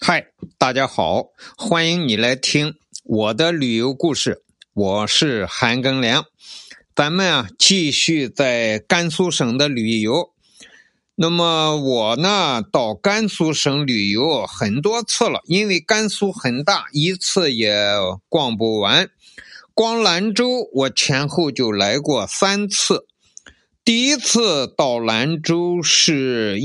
嗨，大家好，欢迎你来听我的旅游故事，我是韩庚良。咱们继续在甘肃省的旅游。那么我呢，到甘肃省旅游很多次了，因为甘肃很大，一次也逛不完。光兰州我前后就来过3次。第一次到兰州是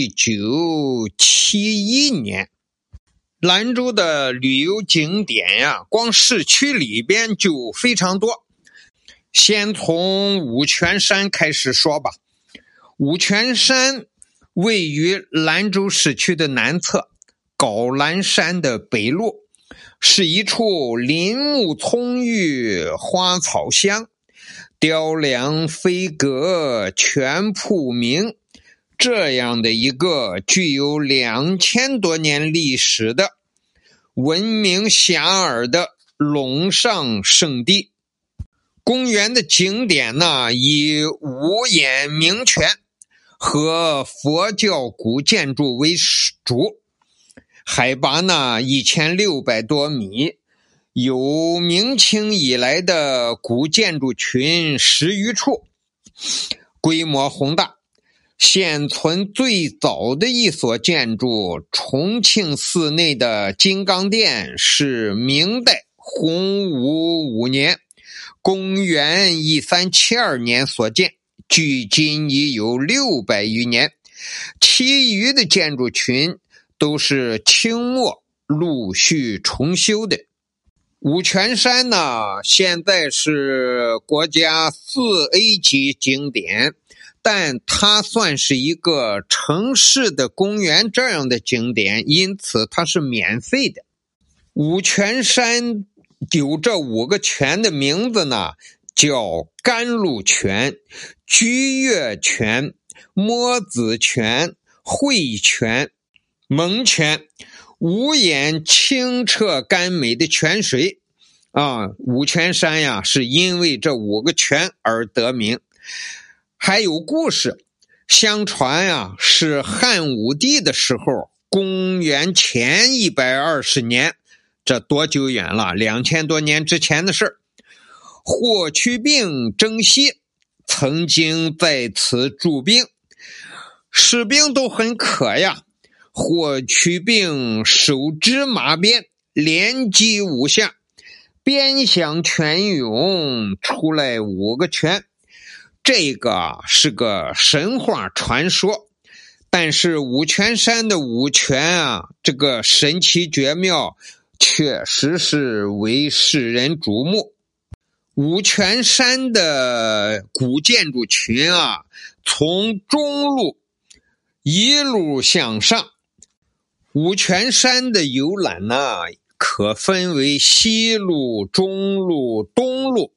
1971年。兰州的旅游景点呀，光市区里边就非常多。先从五泉山开始说吧。五泉山位于兰州市区的南侧，高兰山的北麓，是一处林木葱郁、花草香，雕梁飞阁，全铺明，这样的一个具有2000多年历史的闻名遐迩的陇上圣地。公园的景点呢，以五眼明泉和佛教古建筑为主，海拔呢1600多米，有明清以来的古建筑群10余处，规模宏大。现存最早的一所建筑重庆寺内的金刚殿是明代洪武5年公元1372年所建，距今已有600余年，其余的建筑群都是清末陆续重修的。五泉山呢，现在是国家4A 级景点，但它算是一个城市的公园这样的景点，因此它是免费的。五泉山有这5个泉的名字呢，叫甘露泉、居月泉、摸子泉、汇泉、蒙泉，五眼清澈甘美的泉水五泉山呀，是因为这5个泉而得名。还有故事，相传呀，是汉武帝的时候，公元前120年，这多久远了？2000多年之前的事。霍去病征西，曾经在此驻兵，士兵都很渴呀。霍去病手执马鞭，连击5下，鞭响泉涌，出来5个泉。这个是个神话传说，但是五泉山的5泉这个神奇绝妙确实是为世人瞩目。五泉山的古建筑群从中路一路向上。五泉山的游览可分为西路、中路、东路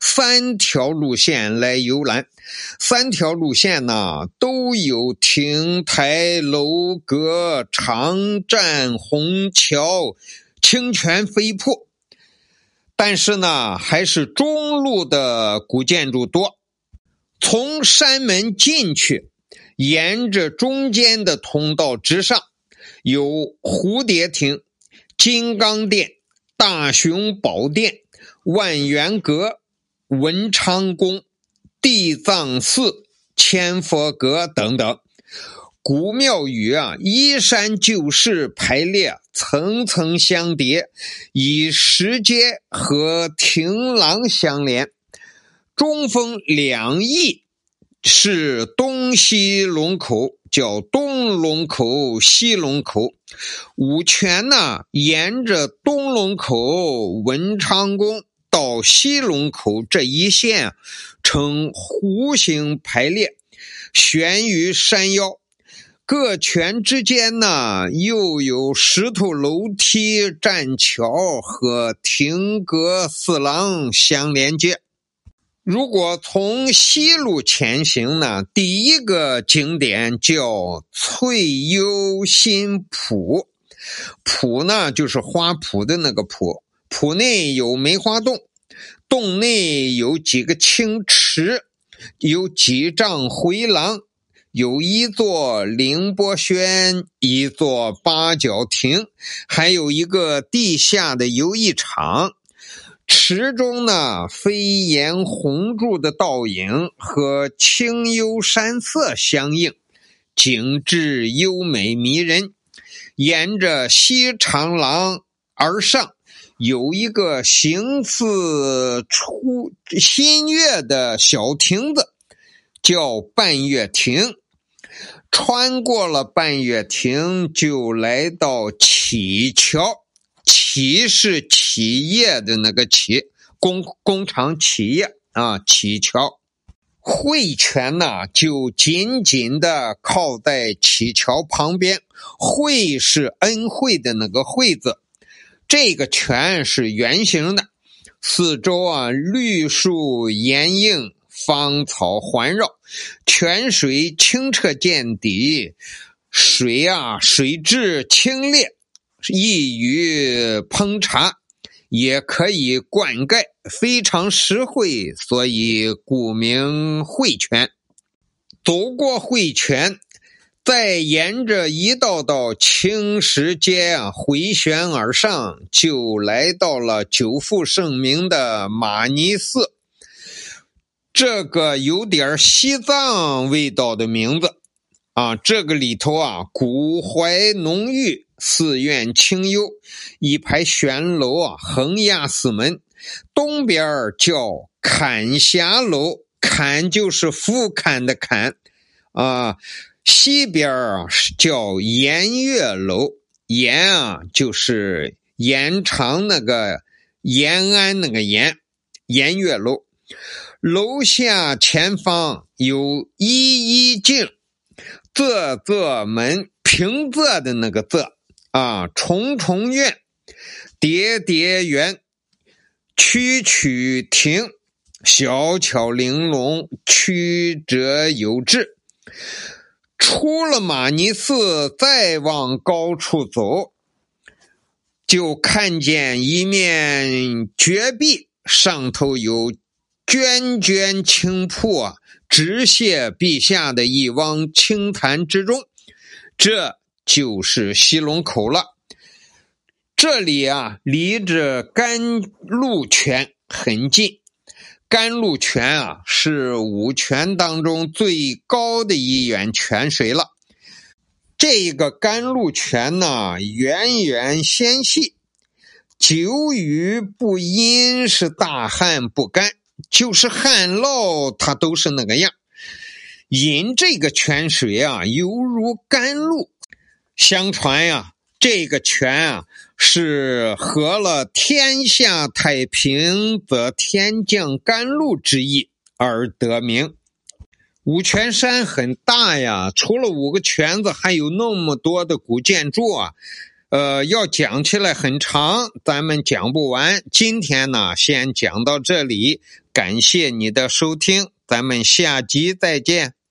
3条路线来游览。3条路线都有亭台楼阁、长栈、虹桥、清泉飞瀑，但是还是中路的古建筑多。从山门进去，沿着中间的通道直上，有蝴蝶亭、金刚殿、大雄宝殿、万源阁、文昌宫、地藏寺、千佛阁等等。古庙宇依山就势排列，层层相叠，以石阶和亭廊相连。中峰2翼是东西龙口，叫东龙口、西龙口。五泉沿着东龙口文昌宫到西龙口这一线呈弧形排列，悬于山腰。各泉之间又有石头楼梯、栈桥和亭阁4廊相连接。如果从西路前行第一个景点叫翠幽新圃。圃就是花圃的那个圃，圃内有梅花洞，洞内有几个清池，有几丈回廊， 有一座凌波轩，一座八角亭，还有一个地下的游艺场。池中呢，飞檐红柱的倒影和清幽山色相映，景致优美迷人。沿着西长廊而上，有一个形似出新月的小亭子，叫半月亭。穿过了半月亭，就来到乞桥。乞是企业的那个乞，工厂企业啊，乞桥。汇泉呢，就紧紧的靠在乞桥旁边。汇是恩惠的那个惠字，这个泉是圆形的，四周啊绿树掩映，芳草环绕，泉水清澈见底，水质清冽，易于烹茶，也可以灌溉，非常实惠，所以故名汇泉。走过汇泉，再沿着一道道青石阶回旋而上，就来到了久负盛名的玛尼寺。这个有点西藏味道的名字啊，这个里头古槐浓郁，寺院清幽，一排悬楼横压寺门。东边叫坎霞楼，坎就是俯瞰的坎西边叫延月楼，延就是延长那个延安那个延月楼。楼下前方有一一境，仄门，平仄的那个仄重重院，叠叠园，曲曲亭，小巧玲珑，曲折有致。出了玛尼寺，再往高处走，就看见一面绝壁，上头有涓涓清瀑直泻陛下的一汪清潭之中，这就是西龙口了。这里离着甘露泉很近。甘露泉是五泉当中最高的一源泉水了。这个甘露泉呢，源远纤细，久雨不阴，是大旱不干，就是旱涝它都是那个样。饮这个泉水犹如甘露。相传这个泉是合了天下太平则天降甘露之意而得名。五泉山很大呀，除了5个泉子，还有那么多的古建筑要讲起来很长，咱们讲不完。今天呢，先讲到这里，感谢你的收听，咱们下集再见。